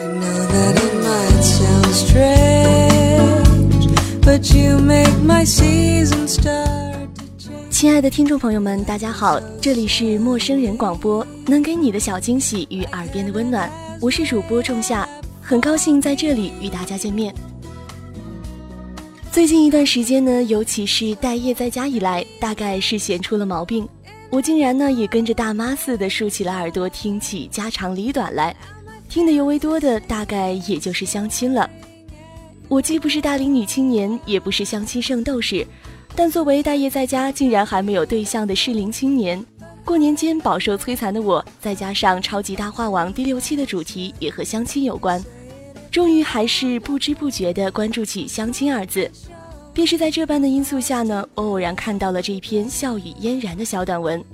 I know that it might sound strange, but you make my season start to change. 亲爱的听众朋友们，大家好，这里是陌生人广播，能给你的小惊喜与耳边的温暖，我是主播仲夏，很高兴在这里与大家见面。最近一段时间呢，尤其是待业在家以来，大概是闲出了毛病，我竟然呢也跟着大妈似的竖起了耳朵，听起家长里短来，听得尤为多的大概也就是相亲了。我既不是大龄女青年，也不是相亲圣斗士，但作为待业在家竟然还没有对象的适龄青年，过年间饱受摧残的我，再加上超级大话王第6期的主题也和相亲有关，终于还是不知不觉地关注起相亲二字。便是在这般的因素下呢，我偶然看到了这一篇笑语嫣然的小短文。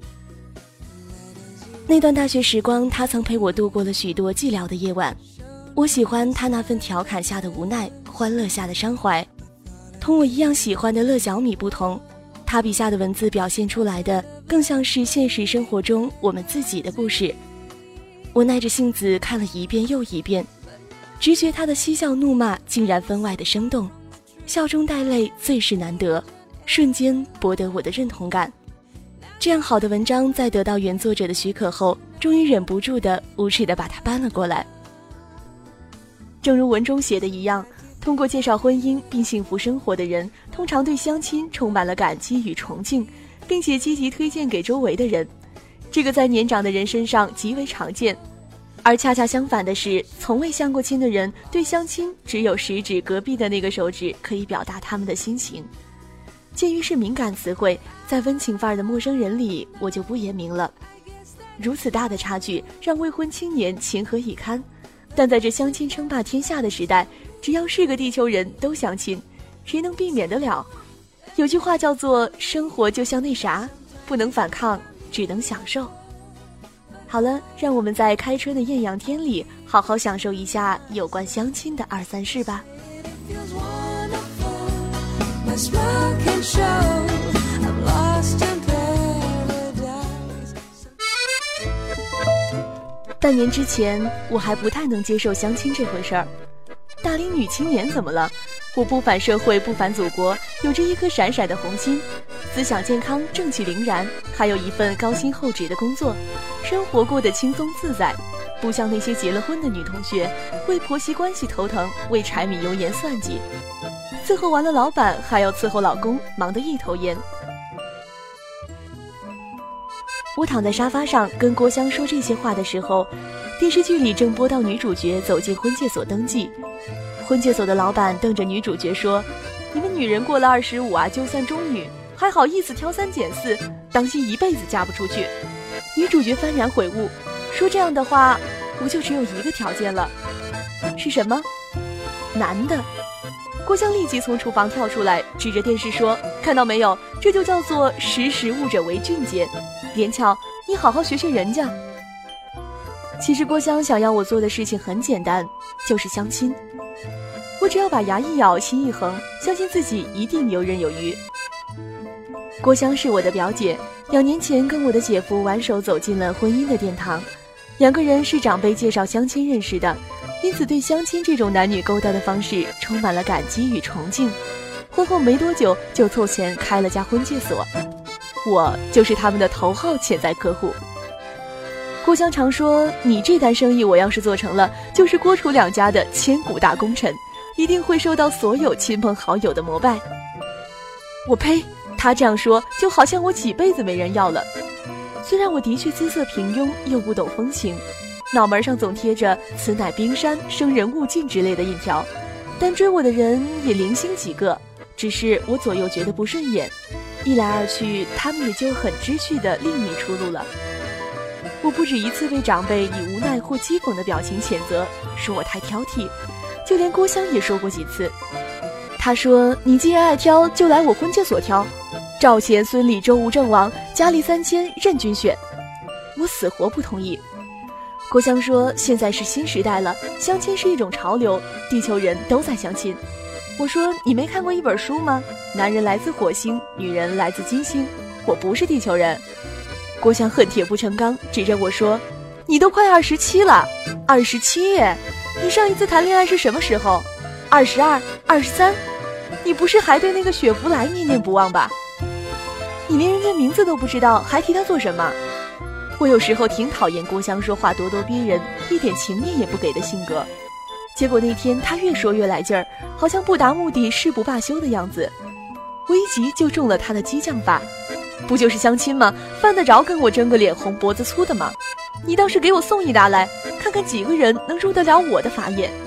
那段大学时光，他曾陪我度过了许多寂寥的夜晚，我喜欢他那份调侃下的无奈，欢乐下的伤怀。同我一样喜欢的乐小米不同，他笔下的文字表现出来的更像是现实生活中我们自己的故事。我耐着性子看了一遍又一遍，直觉他的嬉笑怒骂竟然分外的生动，笑中带泪最是难得，瞬间博得我的认同感。这样好的文章在得到原作者的许可后，终于忍不住的无耻的把它搬了过来。正如文中写的一样，通过介绍婚姻并幸福生活的人，通常对相亲充满了感激与崇敬，并且积极推荐给周围的人。这个在年长的人身上极为常见。而恰恰相反的是，从未相过亲的人对相亲只有食指隔壁的那个手指可以表达他们的心情。鉴于是敏感词汇，在温情范儿的陌生人里，我就不言明了。如此大的差距让未婚青年情何以堪，但在这相亲称霸天下的时代，只要是个地球人都相亲，谁能避免得了？有句话叫做生活就像那啥，不能反抗，只能享受。好了，让我们在开春的艳阳天里好好享受一下有关相亲的二三事吧。半年之前，我还不太能接受相亲这回事儿。大龄女青年怎么了？我不反社会，不反祖国，有着一颗闪闪的红心，思想健康，正气凛然，还有一份高薪厚职的工作，生活过得轻松自在，不像那些结了婚的女同学，为婆媳关系头疼，为柴米油盐算计，伺候完了老板，还要伺候老公，忙得一头烟。我躺在沙发上跟郭襄说这些话的时候，电视剧里正播到女主角走进婚介所登记。婚介所的老板瞪着女主角说：“你们女人过了25啊，就算中女，还好意思挑3拣4，当心一辈子嫁不出去。”女主角幡然悔悟，说：“这样的话，不就只有一个条件了？是什么？男的。”郭襄立即从厨房跳出来，指着电视说：“看到没有，这就叫做识时务者为俊杰。连翘，你好好学学人家。”其实郭襄想要我做的事情很简单，就是相亲。我只要把牙一咬，心一横，相信自己一定游刃有余。郭襄是我的表姐，2年前跟我的姐夫挽手走进了婚姻的殿堂，2个人是长辈介绍相亲认识的，因此对相亲这种男女勾搭的方式充满了感激与崇敬。婚后没多久就凑钱开了家婚介所，我就是他们的头号潜在客户。郭襄常说，你这单生意我要是做成了，就是郭楚2家的千古大功臣，一定会受到所有亲朋好友的膜拜。我呸，他这样说就好像我几辈子没人要了。虽然我的确姿色平庸，又不懂风情，脑门上总贴着此乃冰山，生人勿近之类的印条，但追我的人也零星几个，只是我左右觉得不顺眼，一来二去，他们也就很知趣的另觅出路了。我不止一次被长辈以无奈或讥讽的表情谴责，说我太挑剔，就连郭襄也说过几次。他说，你既然爱挑，就来我婚介所挑，赵钱孙李周吴郑王，佳丽3000任君选。我死活不同意。郭襄说，现在是新时代了，相亲是一种潮流，地球人都在相亲。我说，你没看过一本书吗？男人来自火星，女人来自金星，我不是地球人。郭襄恨铁不成钢，指着我说，你都快27了。 27耶？你上一次谈恋爱是什么时候？22、23？你不是还对那个雪佛兰念念不忘吧？你连人家名字都不知道，还提他做什么？我有时候挺讨厌郭襄说话咄咄逼人，一点情面也不给的性格。结果那天他越说越来劲儿，好像不达目的誓不罢休的样子。我一急就中了他的激将法，不就是相亲吗？犯得着跟我争个脸红脖子粗的吗？你倒是给我送一打来，看看几个人能入得了我的法眼。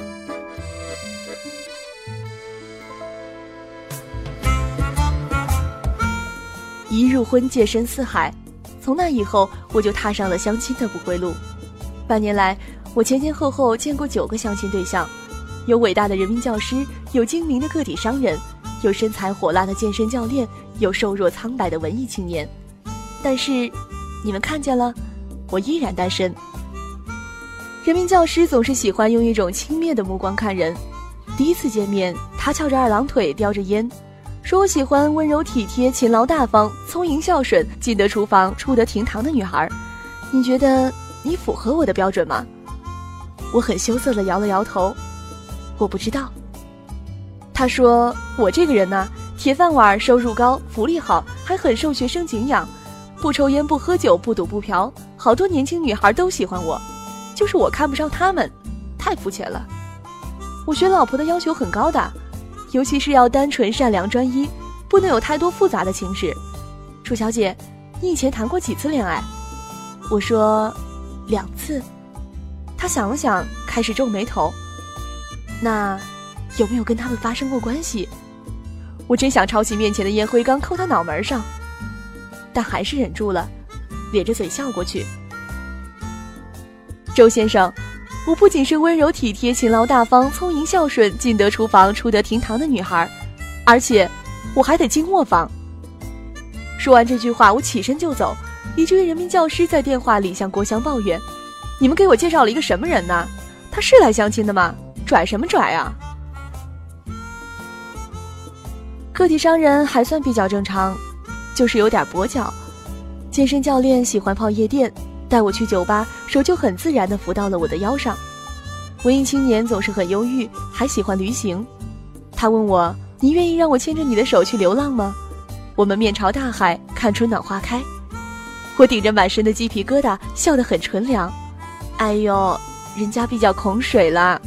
一入婚界深似海，从那以后我就踏上了相亲的不归路。半年来，我前前后后见过9个相亲对象，有伟大的人民教师，有精明的个体商人，有身材火辣的健身教练，有瘦弱苍白的文艺青年。但是你们看见了，我依然单身。人民教师总是喜欢用一种轻蔑的目光看人。第一次见面，他翘着2郎腿，叼着烟，说我喜欢温柔体贴、勤劳大方、聪颖孝顺、进得厨房出得厅堂的女孩。你觉得你符合我的标准吗？我很羞涩地摇了摇头，我不知道。他说我这个人呢，铁饭碗，收入高，福利好，还很受学生敬仰，不抽烟不喝酒不赌不嫖，好多年轻女孩都喜欢我，就是我看不上她们，太肤浅了。我选老婆的要求很高的，尤其是要单纯善良专一，不能有太多复杂的情事。楚小姐，你以前谈过几次恋爱？我说2次。他想了想，开始皱眉头。那有没有跟他们发生过关系？我真想抄起面前的烟灰缸扣他脑门上，但还是忍住了，咧着嘴笑过去。周先生，我不仅是温柔体贴、勤劳大方、聪颖孝顺、进得厨房出得厅堂的女孩，而且我还得进卧房。说完这句话，我起身就走，以至于人民教师在电话里向郭襄抱怨：你们给我介绍了一个什么人呢？他是来相亲的吗？拽什么拽啊？个体商人还算比较正常，就是有点跛脚。健身教练喜欢泡夜店，带我去酒吧，手就很自然地扶到了我的腰上。文艺青年总是很忧郁，还喜欢旅行。他问我：你愿意让我牵着你的手去流浪吗？我们面朝大海，看春暖花开。我顶着满身的鸡皮疙瘩，笑得很纯良。哎呦，人家比较恐水啦。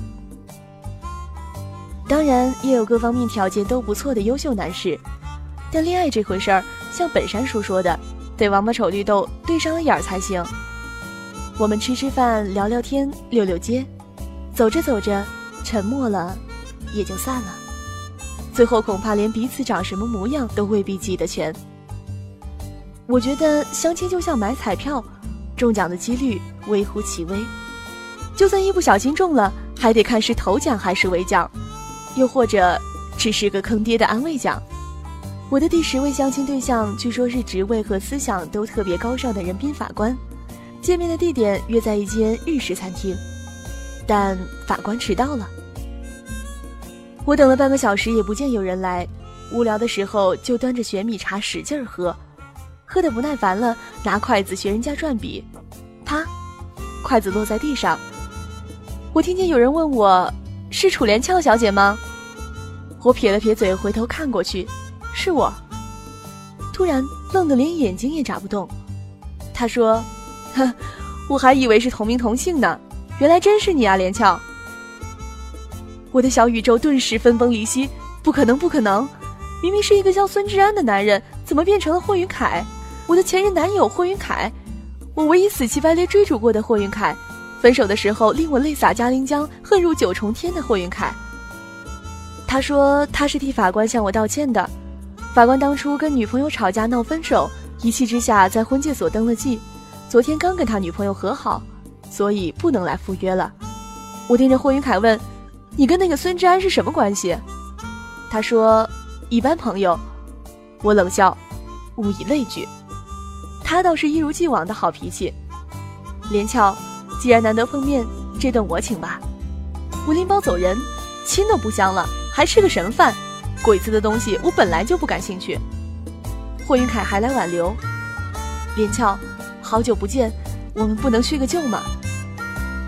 当然也有各方面条件都不错的优秀男士，但恋爱这回事儿，像本山叔说的，得王八瞅绿豆，对上了眼才行。我们吃吃饭，聊聊天，溜溜街，走着走着，沉默了，也就散了。最后恐怕连彼此长什么模样都未必记得全。我觉得相亲就像买彩票，中奖的几率微乎其微，就算一不小心中了，还得看是头奖还是尾奖，又或者只是个坑爹的安慰奖。我的第10位相亲对象据说是职位和思想都特别高尚的人宾法官，见面的地点约在一间日式餐厅，但法官迟到了。我等了半个小时也不见有人来，无聊的时候就端着玄米茶使劲喝，喝得不耐烦了，拿筷子学人家转笔，啪，筷子落在地上。我听见有人问我：是楚连翘小姐吗？我撇了撇嘴，回头看过去，是我。突然愣得连眼睛也眨不动。他说：哼，我还以为是同名同姓呢，原来真是你啊，连翘。我的小宇宙顿时分崩离析，不可能不可能，明明是一个叫孙志安的男人，怎么变成了霍云凯？我的前任男友霍云凯，我唯一死乞白赖追逐过的霍云凯，分手的时候令我泪洒嘉陵江，恨入9重天的霍云凯。他说他是替法官向我道歉的，法官当初跟女朋友吵架闹分手，一气之下在婚介所登了记，昨天刚跟他女朋友和好，所以不能来赴约了。我盯着霍云凯问：你跟那个孙志安是什么关系？他说：一般朋友。我冷笑，物以类聚。他倒是一如既往的好脾气。连翘，既然难得碰面，这顿我请吧。我拎包走人，亲都不香了，还吃个什么饭？鬼子的东西我本来就不感兴趣。霍云凯还来挽留。连翘，好久不见，我们不能叙个旧吗？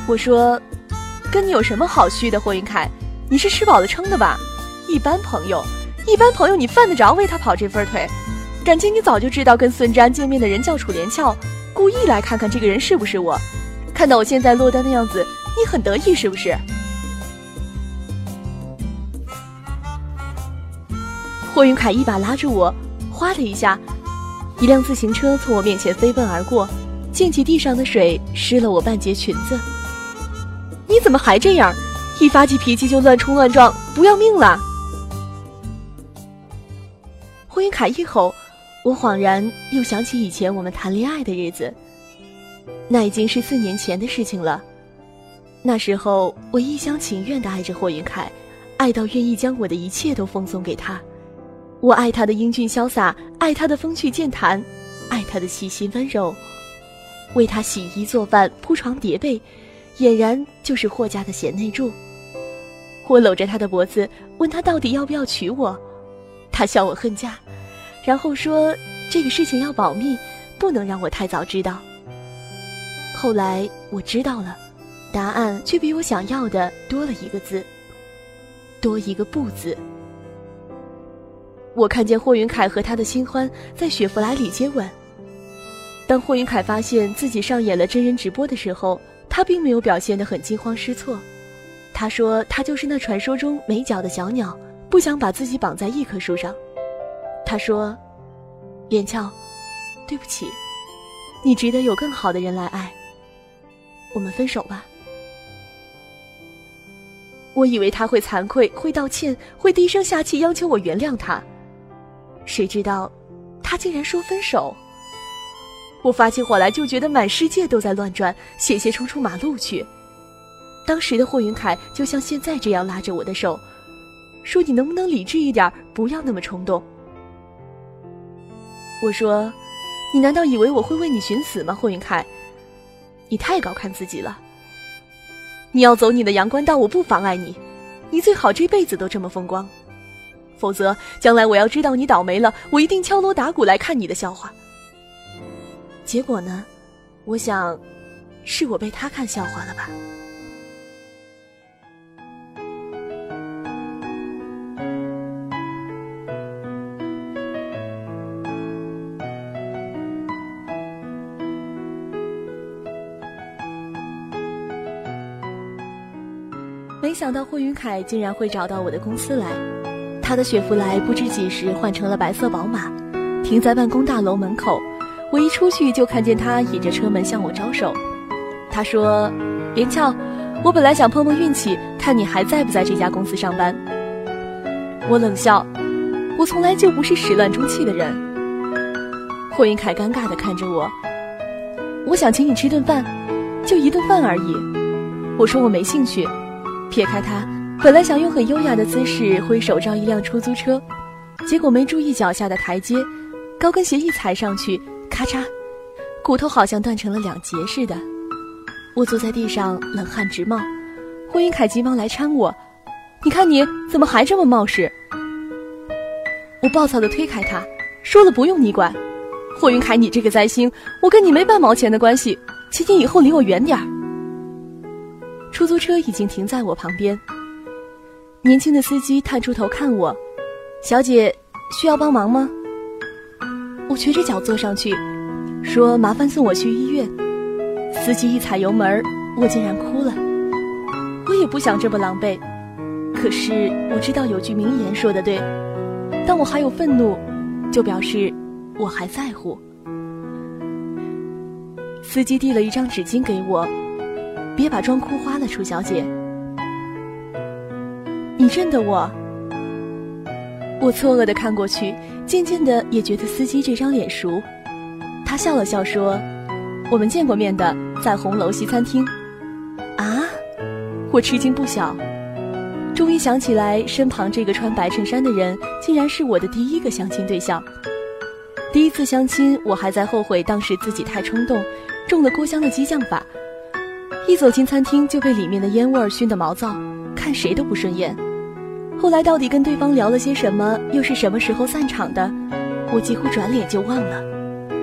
我说，跟你有什么好虚的，霍云凯？你是吃饱了撑的吧？一般朋友你犯得着为他跑这份腿？感情你早就知道跟孙志安见面的人叫楚连翘，故意来看看这个人是不是我。看到我现在落单的样子，你很得意是不是？霍云凯一把拉住我，哗的一下，一辆自行车从我面前飞奔而过，溅起地上的水，湿了我半截裙子。你怎么还这样？一发起脾气就乱冲乱撞，不要命了？霍云凯一吼，我恍然又想起以前我们谈恋爱的日子，那已经是4年前的事情了。那时候我一厢情愿地爱着霍云凯，爱到愿意将我的一切都奉送给他。我爱他的英俊潇洒，爱他的风趣健谈，爱他的细心温柔，为他洗衣做饭铺床叠被，俨然就是霍家的贤内助。我搂着他的脖子，问他到底要不要娶我。他笑我恨嫁，然后说这个事情要保密，不能让我太早知道。后来我知道了，答案却比我想要的多了一个字，多一个不字。我看见霍云凯和他的新欢在雪佛兰里接吻。当霍云凯发现自己上演了真人直播的时候，他并没有表现得很惊慌失措。他说他就是那传说中没脚的小鸟，不想把自己绑在一棵树上。他说，连翘，对不起，你值得有更好的人来爱，我们分手吧。我以为他会惭愧，会道歉，会低声下气央求我原谅他，谁知道他竟然说分手。我发起火来就觉得满世界都在乱转，险些冲出马路去。当时的霍云凯就像现在这样拉着我的手，说你能不能理智一点，不要那么冲动。我说，你难道以为我会为你寻死吗，霍云凯？你太高看自己了。你要走你的阳关道，我不妨碍你，你最好这辈子都这么风光，否则将来我要知道你倒霉了，我一定敲锣打鼓来看你的笑话。结果呢，我想是我被他看笑话了吧。没想到霍云凯竟然会找到我的公司来，他的雪佛兰不知几时换成了白色宝马，停在办公大楼门口。我一出去就看见他倚着车门向我招手。他说，连翘，我本来想碰碰运气，看你还在不在这家公司上班。我冷笑，我从来就不是始乱终弃的人。霍云凯尴尬地看着我，我想请你吃顿饭，就一顿饭而已。我说我没兴趣，撇开他，本来想用很优雅的姿势挥手招一辆出租车，结果没注意脚下的台阶，高跟鞋一踩上去，咔嚓，骨头好像断成了2截似的。我坐在地上冷汗直冒，霍云凯急忙来搀我，你看你怎么还这么冒失？我暴躁地推开他，说了不用你管。霍云凯，你这个灾星，我跟你没半毛钱的关系，请你以后离我远点儿。出租车已经停在我旁边，年轻的司机探出头看我，小姐需要帮忙吗？我瘸着脚坐上去，说麻烦送我去医院。司机一踩油门，我竟然哭了。我也不想这么狼狈，可是我知道有句名言说得对，当我还有愤怒，就表示我还在乎。司机递了一张纸巾给我，别把妆哭花了，楚小姐。你认得我？我错愕地看过去，渐渐的也觉得司机这张脸熟。他笑了笑说，我们见过面的，在红楼西餐厅。啊？我吃惊不小，终于想起来身旁这个穿白衬衫的人竟然是我的第一个相亲对象。第一次相亲，我还在后悔当时自己太冲动，中了郭襄的激将法。一走进餐厅就被里面的烟味熏得毛躁，看谁都不顺眼。后来到底跟对方聊了些什么，又是什么时候散场的，我几乎转脸就忘了。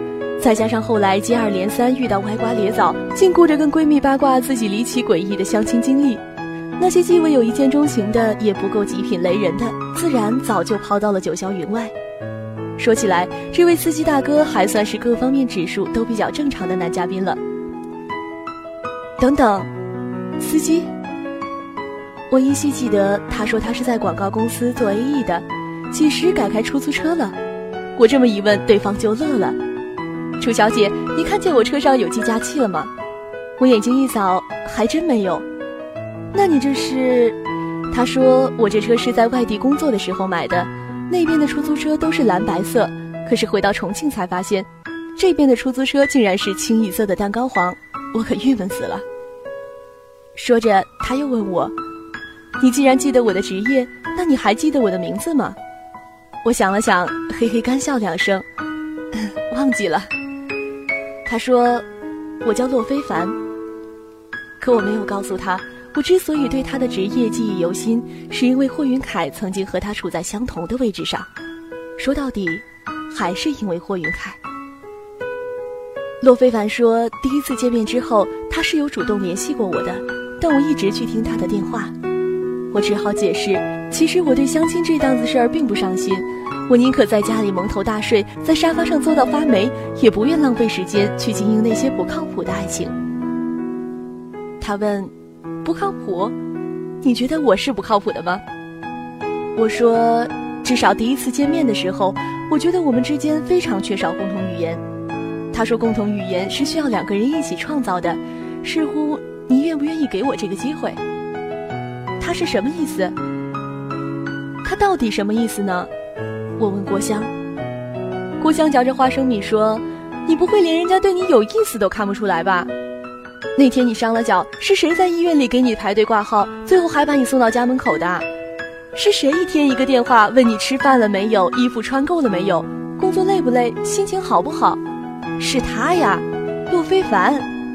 再加上后来接二连三遇到歪瓜裂枣，竟顾着跟闺蜜八卦自己离奇诡异的相亲经历，那些既未有一见钟情的，也不够极品雷人的，自然早就抛到了九霄云外。说起来，这位司机大哥还算是各方面指数都比较正常的男嘉宾了。等等，司机？我依稀记得他说他是在广告公司做 AE 的，几时改开出租车了？我这么一问，对方就乐了。楚小姐，你看见我车上有计价器了吗？我眼睛一扫，还真没有。那你这是？他说我这车是在外地工作的时候买的，那边的出租车都是蓝白色，可是回到重庆才发现，这边的出租车竟然是清一色的蛋糕黄，我可郁闷死了。说着，他又问我，你既然记得我的职业，那你还记得我的名字吗？我想了想，嘿嘿干笑2声，忘记了。他说我叫洛非凡，可我没有告诉他，我之所以对他的职业记忆犹新，是因为霍云凯曾经和他处在相同的位置上，说到底还是因为霍云凯。洛非凡说第一次见面之后，他是有主动联系过我的，但我一直去听他的电话。我只好解释，其实我对相亲这档子事儿并不上心，我宁可在家里蒙头大睡，在沙发上坐到发霉，也不愿浪费时间去经营那些不靠谱的爱情。他问，不靠谱？你觉得我是不靠谱的吗？我说，至少第一次见面的时候，我觉得我们之间非常缺少共同语言。他说共同语言是需要2个人一起创造的，似乎你愿不愿意给我这个机会？他是什么意思？他到底什么意思呢？我问郭襄。郭襄嚼着花生米说，你不会连人家对你有意思都看不出来吧？那天你伤了脚，是谁在医院里给你排队挂号，最后还把你送到家门口的？是谁一天一个电话问你吃饭了没有，衣服穿够了没有，工作累不累，心情好不好？是他呀，洛非凡。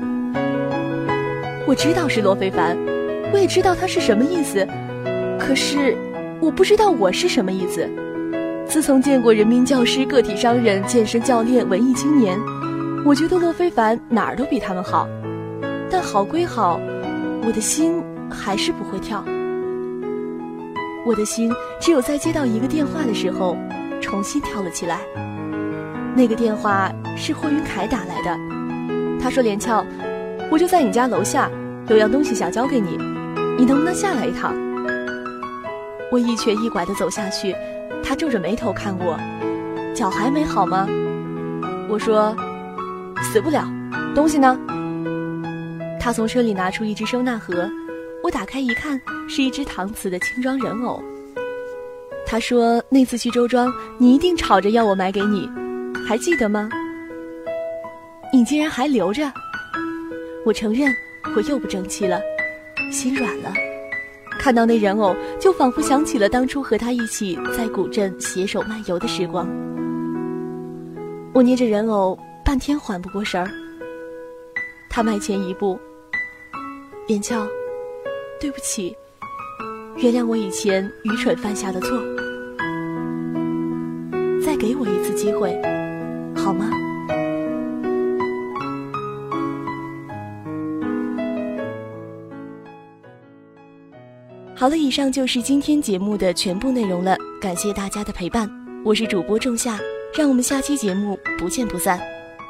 我知道是洛非凡，我也知道他是什么意思，可是我不知道我是什么意思。自从见过人民教师、个体商人、健身教练、文艺青年，我觉得洛非凡哪儿都比他们好。但好归好，我的心还是不会跳。我的心只有在接到一个电话的时候，重新跳了起来。那个电话是霍云凯打来的，他说连翘，我就在你家楼下，有样东西想交给你，你能不能下来一趟？我一瘸一拐地走下去，他皱着眉头看我，脚还没好吗？我说死不了，东西呢？他从车里拿出一只收纳盒，我打开一看，是一只搪瓷的轻装人偶。他说那次去周庄，你一定吵着要我买给你，还记得吗？你竟然还留着。我承认我又不争气了，心软了。看到那人偶，就仿佛想起了当初和他一起在古镇携手漫游的时光。我捏着人偶半天缓不过神儿。他迈前一步，连翘，对不起，原谅我以前愚蠢犯下的错，再给我一次机会，好吗？好了，以上就是今天节目的全部内容了，感谢大家的陪伴，我是主播仲夏，让我们下期节目不见不散。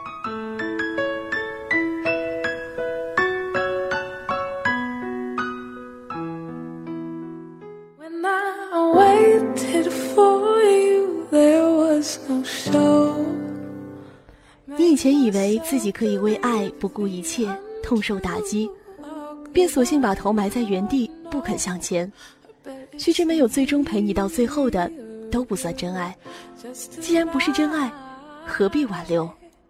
你以前以为自己可以为爱不顾一切，痛受打击，便索性把头埋在原地，不肯向前。须知没有最终陪你到最后的，都不算真爱。既然不是真爱，何必挽留？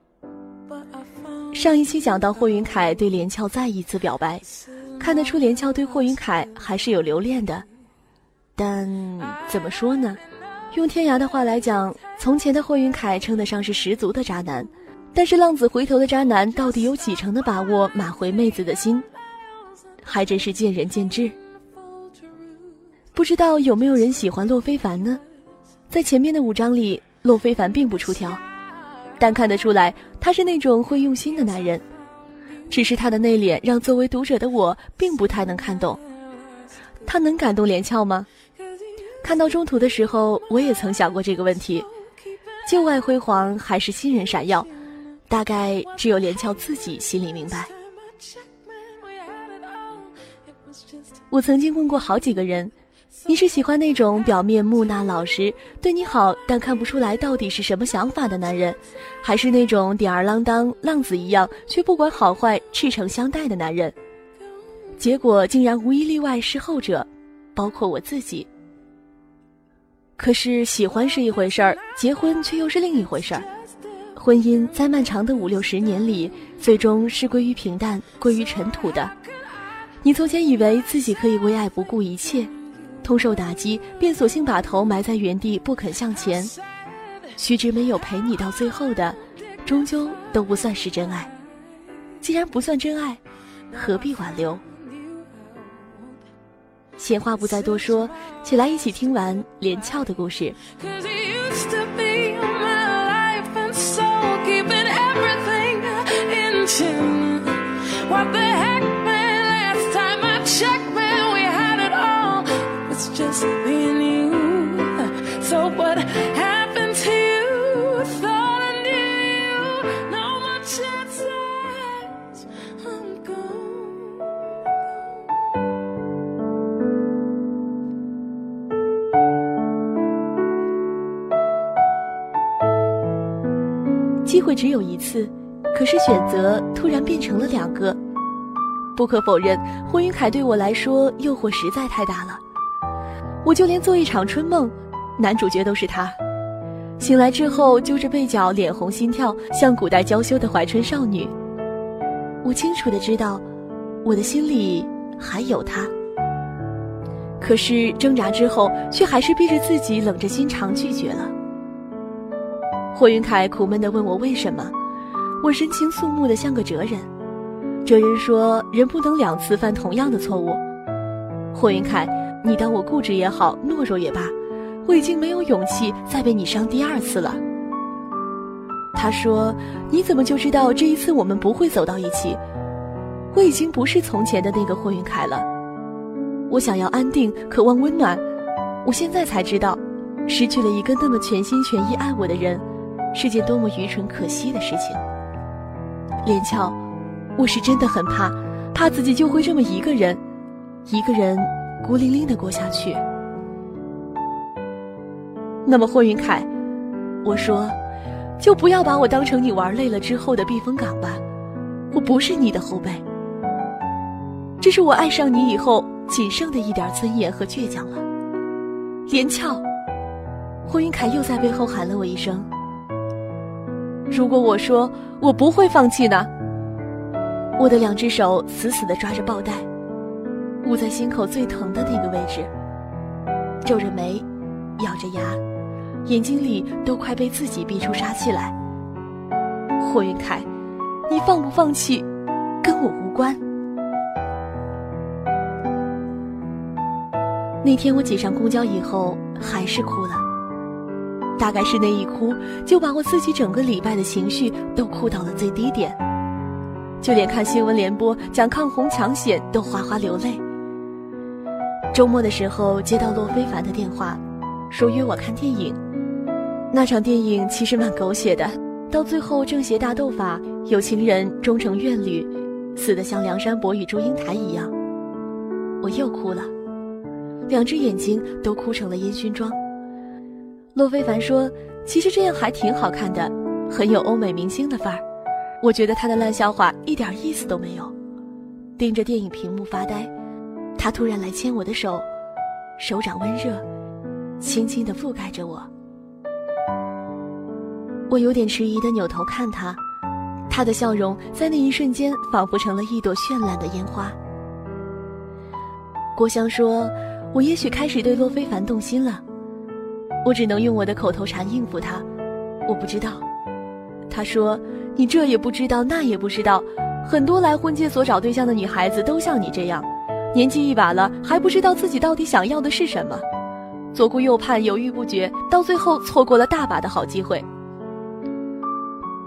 上一期讲到霍云凯对连翘再一次表白，看得出连翘对霍云凯还是有留恋的。但怎么说呢？用天涯的话来讲，从前的霍云凯称得上是十足的渣男，但是浪子回头的渣男到底有几成的把握买回妹子的心，还真是见仁见智。不知道有没有人喜欢洛非凡呢？在前面的5章里，洛非凡并不出挑， 但看得出来他是那种会用心的男人。只是他的内敛让作为读者的我并不太能看懂。他能感动连翘吗？看到中途的时候，我也曾想过这个问题。旧爱辉煌还是新人闪耀，大概只有连翘自己心里明白。我曾经问过好几个人，你是喜欢那种表面木讷老实，对你好但看不出来到底是什么想法的男人，还是那种吊儿郎当浪子一样却不管好坏赤诚相待的男人？结果竟然无一例外是后者，包括我自己。可是喜欢是一回事儿，结婚却又是另一回事儿。婚姻在漫长的50-60年里，最终是归于平淡，归于尘土的。你从前以为自己可以为爱不顾一切，痛受打击便索性把头埋在原地不肯向前，须知没有陪你到最后的，终究都不算是真爱。既然不算真爱，何必挽留？闲话不再多说，起来一起听完连翘的故事。机会只有一次，可是选择突然变成了2个。不可否认，霍云凯对我来说诱惑实在太大了。我就连做一场春梦，男主角都是他。醒来之后揪着被角，脸红心跳，像古代娇羞的怀春少女。我清楚地知道，我的心里还有他。可是挣扎之后，却还是逼着自己冷着心肠拒绝了。霍云凯苦闷地问我为什么，我神情肃穆得像个哲人。哲人说，人不能2次犯同样的错误。霍云凯，你当我固执也好，懦弱也罢，我已经没有勇气再被你伤第2次了。他说，你怎么就知道这一次我们不会走到一起？我已经不是从前的那个霍云凯了。我想要安定，渴望温暖。我现在才知道，失去了一个那么全心全意爱我的人，是件多么愚蠢可惜的事情。连翘，我是真的很怕自己就会这么一个人孤零零地过下去。那么霍云凯，我说，就不要把我当成你玩累了之后的避风港吧，我不是你的后辈。这是我爱上你以后仅剩的一点尊严和倔强了。连翘，霍云凯又在背后喊了我一声。如果我说我不会放弃呢？我的2只手死死地抓着抱带，捂在心口最疼的那个位置，皱着眉，咬着牙，眼睛里都快被自己逼出杀气来。霍云凯，你放不放弃跟我无关。那天我挤上公交以后还是哭了，大概是那一哭就把我自己整个礼拜的情绪都哭到了最低点，就连看新闻联播讲抗洪抢险都哗哗流泪。周末的时候接到洛非凡的电话，说约我看电影。那场电影其实蛮狗血的，到最后正邪大斗法，有情人终成怨侣，死得像梁山伯与祝英台一样。我又哭了，2只眼睛都哭成了烟熏妆。洛非凡说，其实这样还挺好看的，很有欧美明星的范儿。我觉得他的烂笑话一点意思都没有。盯着电影屏幕发呆，他突然来牵我的手，手掌温热，轻轻地覆盖着我。我有点迟疑地扭头看他，他的笑容在那一瞬间仿佛成了一朵绚烂的烟花。郭襄说，我也许开始对洛非凡动心了，我只能用我的口头禅应付他，我不知道。他说，你这也不知道那也不知道，很多来婚介所找对象的女孩子都像你这样，年纪一把了还不知道自己到底想要的是什么，左顾右盼犹豫不决，到最后错过了大把的好机会。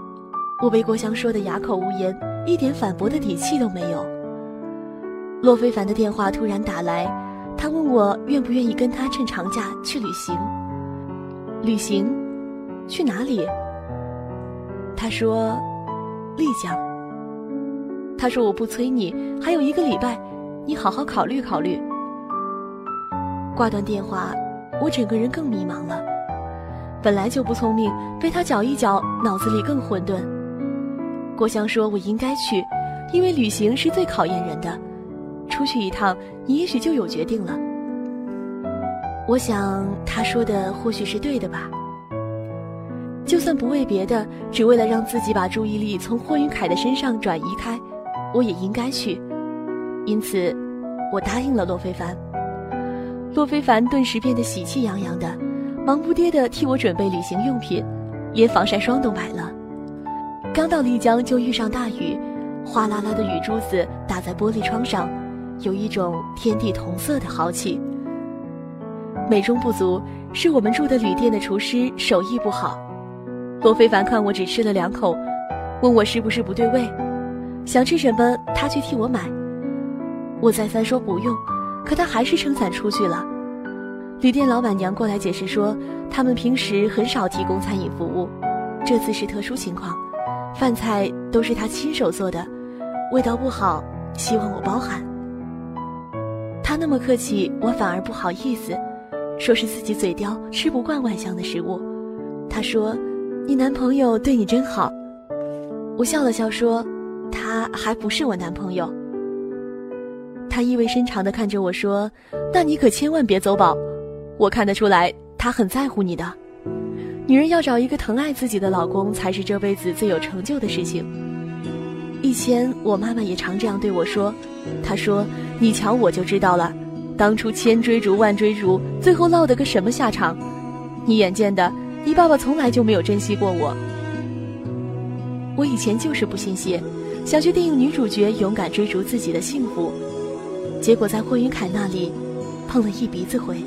我被郭襄说得哑口无言，一点反驳的底气都没有。骆非凡的电话突然打来，他问我愿不愿意跟他趁长假去旅行。旅行？去哪里？他说丽江。他说我不催你，还有1个礼拜，你好好考虑考虑。挂断电话，我整个人更迷茫了。本来就不聪明，被他搅一搅，脑子里更混沌。郭襄说我应该去，因为旅行是最考验人的，出去一趟，你也许就有决定了。我想他说的或许是对的吧。就算不为别的，只为了让自己把注意力从霍云凯的身上转移开，我也应该去。因此我答应了骆非凡。骆非凡顿时变得喜气洋洋的，忙不迭地替我准备旅行用品，连防晒霜都买了。刚到丽江就遇上大雨，哗啦啦的雨珠子打在玻璃窗上，有一种天地同色的豪气。美中不足是我们住的旅店的厨师手艺不好。骆非凡看我只吃了2口，问我是不是不对味，想吃什么他去替我买。我再三说不用，可他还是撑伞出去了。旅店老板娘过来解释说，他们平时很少提供餐饮服务，这次是特殊情况，饭菜都是他亲手做的，味道不好，希望我包涵。他那么客气，我反而不好意思，说是自己嘴刁，吃不惯外乡的食物。他说，你男朋友对你真好。我笑了笑说，他还不是我男朋友。他意味深长地看着我说，那你可千万别走宝，我看得出来他很在乎你的。女人要找一个疼爱自己的老公，才是这辈子最有成就的事情。以前我妈妈也常这样对我说，她说，你瞧我就知道了，当初千追逐万追逐，最后落得个什么下场？你眼见的，你爸爸从来就没有珍惜过我。我以前就是不信邪，想去电影女主角勇敢追逐自己的幸福，结果在霍云凯那里碰了一鼻子灰。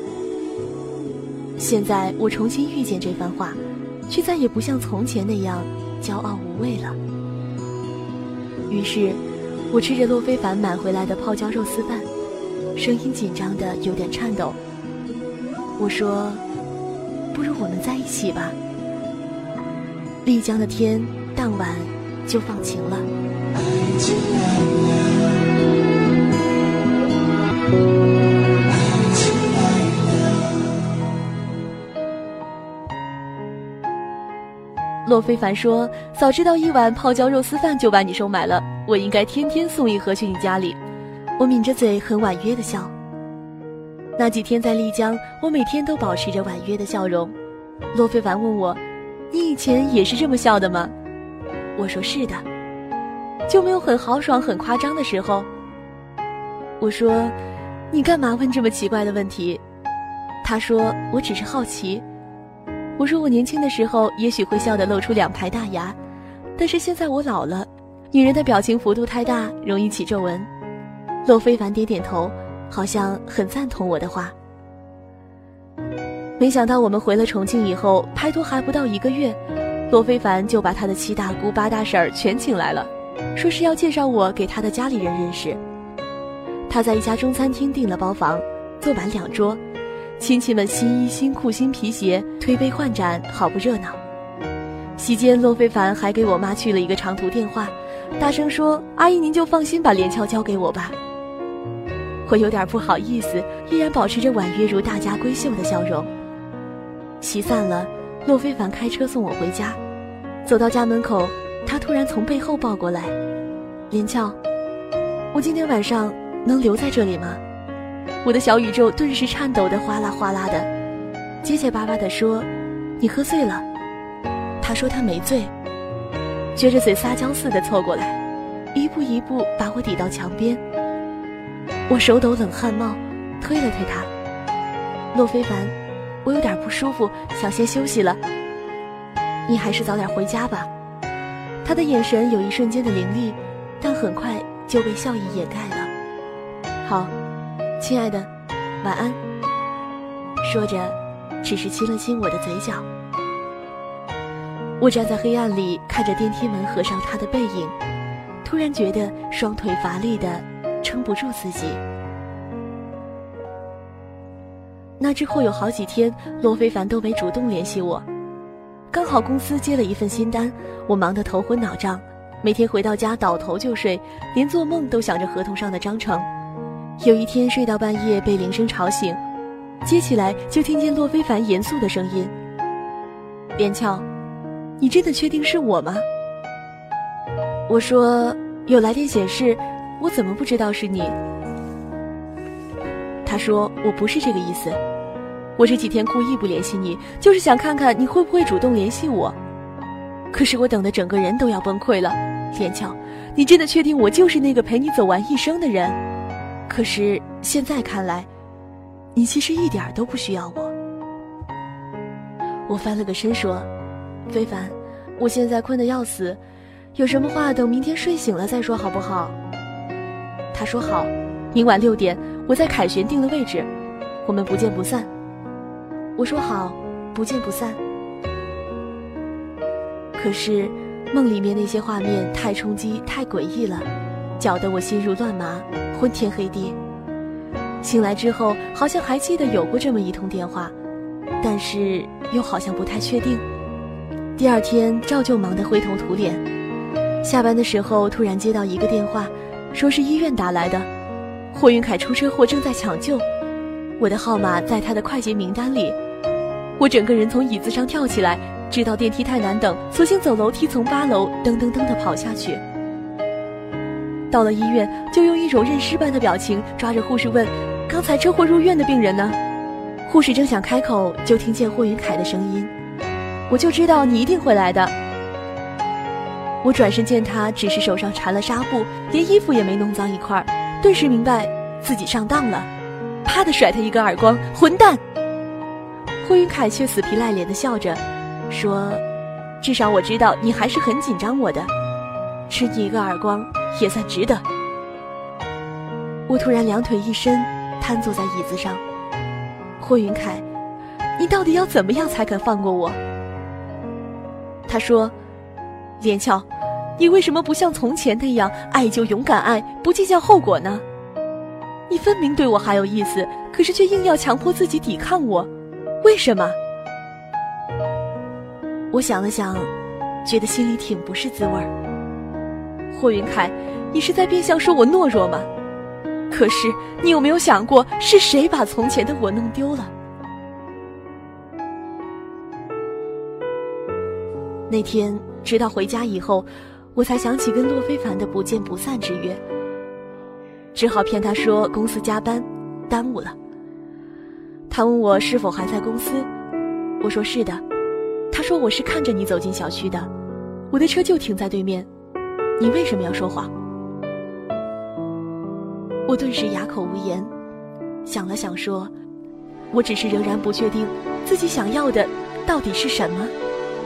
现在我重新遇见这番话，却再也不像从前那样骄傲无畏了。于是我吃着骆非凡买回来的泡椒肉丝饭，声音紧张的有点颤抖。我说，不如我们在一起吧。丽江的天当晚就放晴了。爱情来骆非凡说，早知道1碗泡椒肉丝饭就把你收买了，我应该天天送1盒去你家里。我抿着嘴很婉约的笑。那几天在丽江，我每天都保持着婉约的笑容。骆非凡问我，你以前也是这么笑的吗？我说是的。就没有很豪爽很夸张的时候？我说，你干嘛问这么奇怪的问题？他说，我只是好奇。我说，我年轻的时候也许会笑得露出2排大牙，但是现在我老了，女人的表情幅度太大，容易起皱纹。骆非凡点点头，好像很赞同我的话。没想到我们回了重庆以后，拍拖还不到1个月，骆非凡就把他的7大姑8大婶儿全请来了，说是要介绍我给他的家里人认识。他在一家中餐厅订了包房，坐满2桌，亲戚们新衣新裤新皮鞋，推杯换盏，好不热闹。席间骆非凡还给我妈去了一个长途电话，大声说，阿姨您就放心把连翘交给我吧。我有点不好意思，依然保持着婉约如大家闺秀的笑容。席散了，骆非凡开车送我回家。走到家门口，他突然从背后抱过来，连翘，我今天晚上能留在这里吗？我的小宇宙顿时颤抖得哗啦哗啦的，结结巴巴地说，你喝醉了。他说他没醉，撅着嘴撒娇似的凑过来，一步一步把我抵到墙边。我手抖冷汗冒，推了推他，骆非凡，我有点不舒服，想先休息了，你还是早点回家吧。他的眼神有一瞬间的凌厉，但很快就被笑意掩盖了。好，亲爱的，晚安。说着只是亲了亲我的嘴角。 我站在黑暗里，看着电梯门合上他的背影，突然觉得双腿乏力的撑不住自己。那之后有好几天，罗非凡都没主动联系我。刚好公司接了一份新单，我忙得头昏脑胀，每天回到家倒头就睡，连做梦都想着合同上的章程。有一天睡到半夜被铃声吵醒，接起来就听见骆非凡严肃的声音：连翘，你真的确定是我吗？我说有来电显示，我怎么不知道是你？他说我不是这个意思，我这几天故意不联系你，就是想看看你会不会主动联系我。可是我等得整个人都要崩溃了。连翘，你真的确定我就是那个陪你走完一生的人？可是现在看来，你其实一点都不需要我。我翻了个身说，非凡，我现在困得要死，有什么话等明天睡醒了再说好不好？他说好，明晚6点我在凯旋定了位置，我们不见不散。我说好，不见不散。可是梦里面那些画面太冲击太诡异了，搅得我心如乱麻，昏天黑地。醒来之后好像还记得有过这么一通电话，但是又好像不太确定。第二天照旧忙得灰头土脸，下班的时候突然接到一个电话，说是医院打来的，霍云凯出车祸正在抢救，我的号码在他的快捷名单里。我整个人从椅子上跳起来，知道电梯太难等，索性走楼梯从8楼噔噔噔地跑下去。到了医院，就用一种认尸般的表情抓着护士问，刚才车祸入院的病人呢？护士正想开口，就听见霍云凯的声音，我就知道你一定会来的。我转身见他只是手上缠了纱布，连衣服也没弄脏一块，顿时明白自己上当了，啪地甩他一个耳光，混蛋！霍云凯却死皮赖脸地笑着说，至少我知道你还是很紧张我的，吃你一个耳光也算值得。我突然两腿一伸，瘫坐在椅子上。霍云凯，你到底要怎么样才肯放过我？他说，连翘，你为什么不像从前那样爱就勇敢爱，不计较后果呢？你分明对我还有意思，可是却硬要强迫自己抵抗我，为什么？我想了想，觉得心里挺不是滋味儿。霍云凯，你是在变相说我懦弱吗？可是你有没有想过，是谁把从前的我弄丢了？那天直到回家以后，我才想起跟骆非凡的不见不散之约，只好骗他说公司加班耽误了。他问我是否还在公司，我说是的。他说我是看着你走进小区的，我的车就停在对面，你为什么要说谎？我顿时哑口无言，想了想说，我只是仍然不确定自己想要的到底是什么。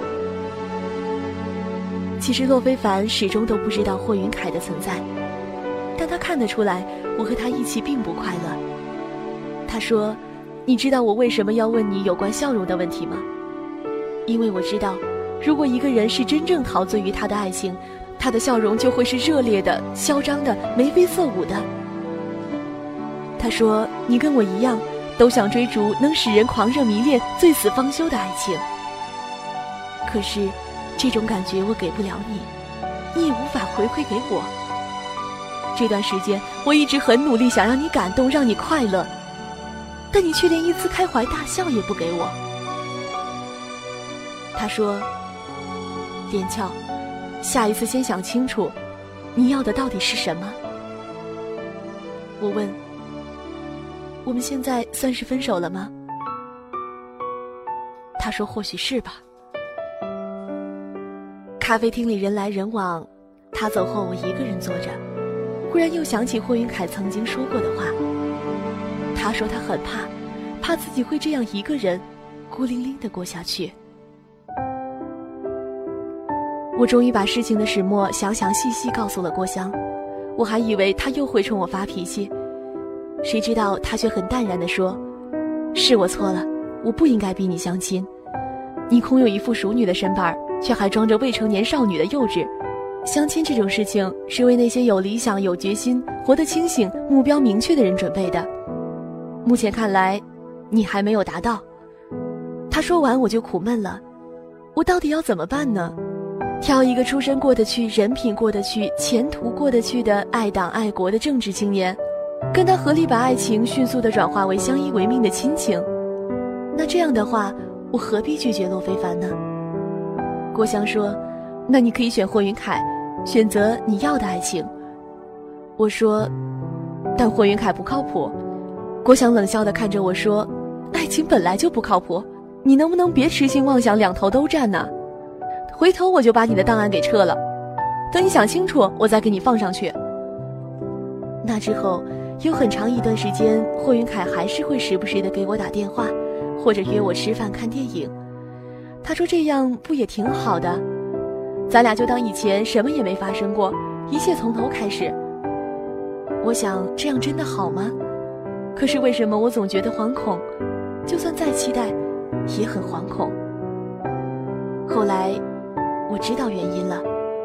其实骆非凡始终都不知道霍云凯的存在，但他看得出来我和他一起并不快乐。他说，你知道我为什么要问你有关笑容的问题吗？因为我知道，如果一个人是真正陶醉于他的爱情，他的笑容就会是热烈的、嚣张的、眉飞色舞的。他说，你跟我一样，都想追逐能使人狂热迷恋、醉死方休的爱情。可是这种感觉我给不了你，你也无法回馈给我。这段时间我一直很努力想让你感动，让你快乐，但你却连一次开怀大笑也不给我。他说，连翘，下一次先想清楚，你要的到底是什么？我问，我们现在算是分手了吗？他说，或许是吧。咖啡厅里人来人往，他走后我一个人坐着，忽然又想起霍云凯曾经说过的话。他说他很怕自己会这样一个人孤零零地过下去。我终于把事情的始末详详细细告诉了郭襄，我还以为他又会冲我发脾气，谁知道他却很淡然地说，是我错了，我不应该逼你相亲，你空有一副淑女的身板， 却还装着未成年少女的幼稚。相亲这种事情是为那些有理想、有决心、活得清醒、目标明确的人准备的。目前看来，你还没有达到。他说完我就苦闷了，我到底要怎么办呢？挑一个出身过得去、人品过得去、前途过得去的爱党爱国的正直青年，跟他合力把爱情迅速地转化为相依为命的亲情。那这样的话，我何必拒绝洛非凡呢？郭襄说，那你可以选霍云凯，选择你要的爱情。我说，但霍云凯不靠谱。郭襄冷笑地看着我说，爱情本来就不靠谱，你能不能别痴心妄想两头都占呢？回头我就把你的档案给撤了，等你想清楚我再给你放上去。那之后有很长一段时间，霍云凯还是会时不时地给我打电话，或者约我吃饭看电影。他说这样不也挺好的，咱俩就当以前什么也没发生过，一切从头开始。我想这样真的好吗？可是为什么我总觉得惶恐，就算再期待也很惶恐。后来我知道原因了，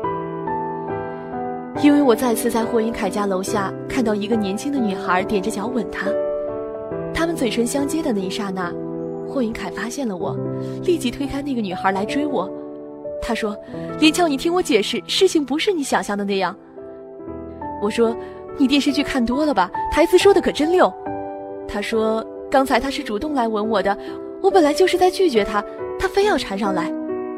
因为我再次在霍云凯家楼下看到一个年轻的女孩踮着脚吻他，他们嘴唇相接的那一刹那，霍云凯发现了我，立即推开那个女孩来追我。他说，林俏，你听我解释，事情不是你想象的那样。我说，你电视剧看多了吧，台词说的可真溜。他说，刚才他是主动来吻我的，我本来就是在拒绝他，他非要缠上来。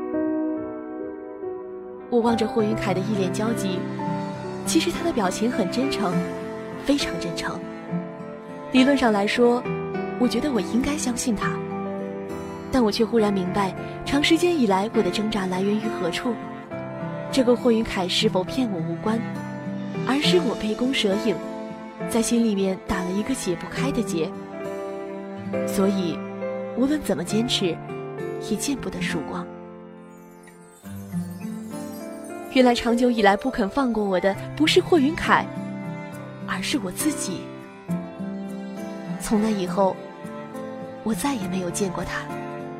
我望着霍云凯的一脸焦急，其实他的表情很真诚，非常真诚。理论上来说，我觉得我应该相信他，但我却忽然明白，长时间以来我的挣扎来源于何处。这个霍云凯是否骗我无关，而是我杯弓蛇影，在心里面打了一个解不开的结。所以无论怎么坚持，也见不得曙光。原来长久以来不肯放过我的不是霍云凯，而是我自己。从那以后，我再也没有见过他。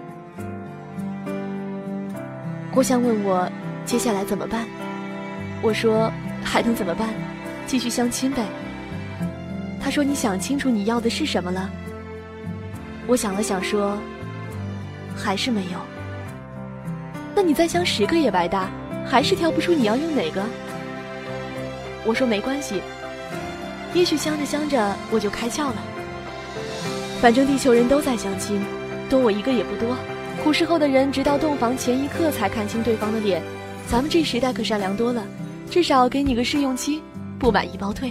郭襄问我接下来怎么办，我说还能怎么办，继续相亲呗。他说，你想清楚你要的是什么了？我想了想说，还是没有。那你再相10个也白搭，还是挑不出你要用哪个？我说没关系，也许相着相着我就开窍了。反正地球人都在相亲，多我一个也不多。古时候的人直到洞房前一刻才看清对方的脸，咱们这时代可善良多了，至少给你个试用期，不满意包退。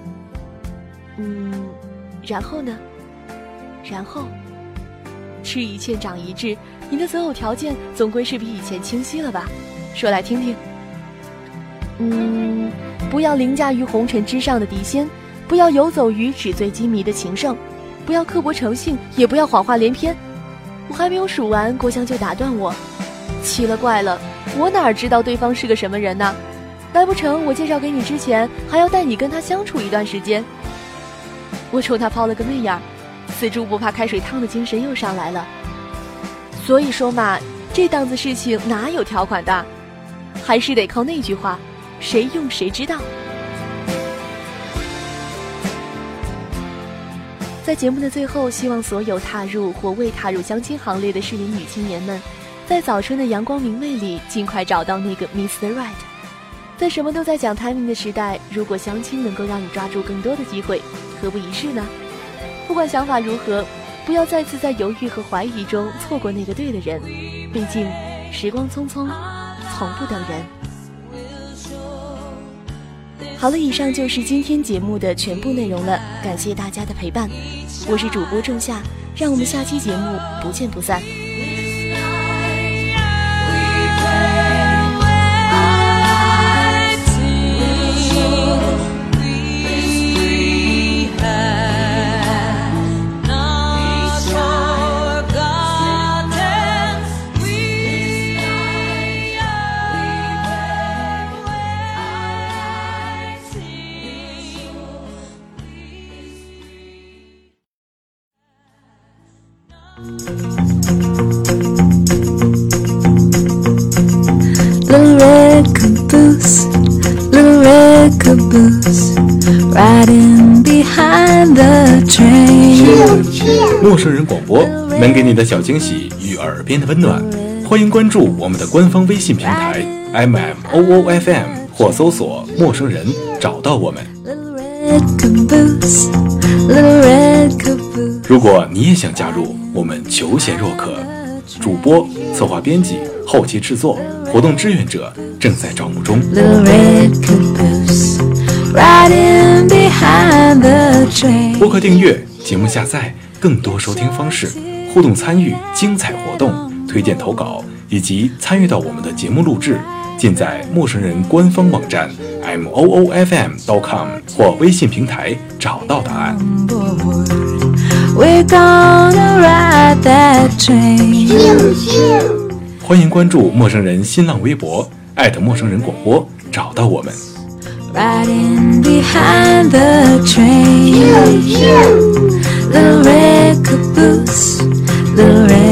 然后呢？然后吃一堑长一智，你的择偶条件总归是比以前清晰了吧？说来听听。不要凌驾于红尘之上的敌仙，不要游走于纸醉金迷的情圣，不要刻薄成性，也不要谎话连篇。我还没有数完，郭襄就打断我，奇了怪了，我哪知道对方是个什么人呢？来不成我介绍给你之前，还要带你跟他相处一段时间。我冲他抛了个媚眼，死猪不怕开水烫的精神又上来了。所以说嘛，这档子事情哪有条款的，还是得靠那句话，谁用谁知道。在节目的最后，希望所有踏入或未踏入相亲行列的适龄女青年们，在早春的阳光明媚里尽快找到那个 Mr. Right。 在什么都在讲 timing 的时代，如果相亲能够让你抓住更多的机会，何不一试呢？不管想法如何，不要再次在犹豫和怀疑中错过那个对的人，毕竟时光匆匆，从不等人。好了，以上就是今天节目的全部内容了，感谢大家的陪伴，我是主播仲夏，让我们下期节目不见不散。 陌生人广播能给你的小惊喜与耳边的温暖。欢迎关注我们的官方微信平台 MMOOFM 或搜索陌生人找到我们。如果你也想加入，我们求贤若渴，主播、策划编辑、后期制作、活动志愿者正在招募中。播客订阅、节目下载、更多收听方式、互动参与、精彩活动、推荐投稿以及参与到我们的节目录制，尽在陌生人官方网站 moofm.com 或微信平台找到答案。欢迎关注陌生人新浪微博陌生人广播，找到我们。 Riding behind the train, little red caboose, little red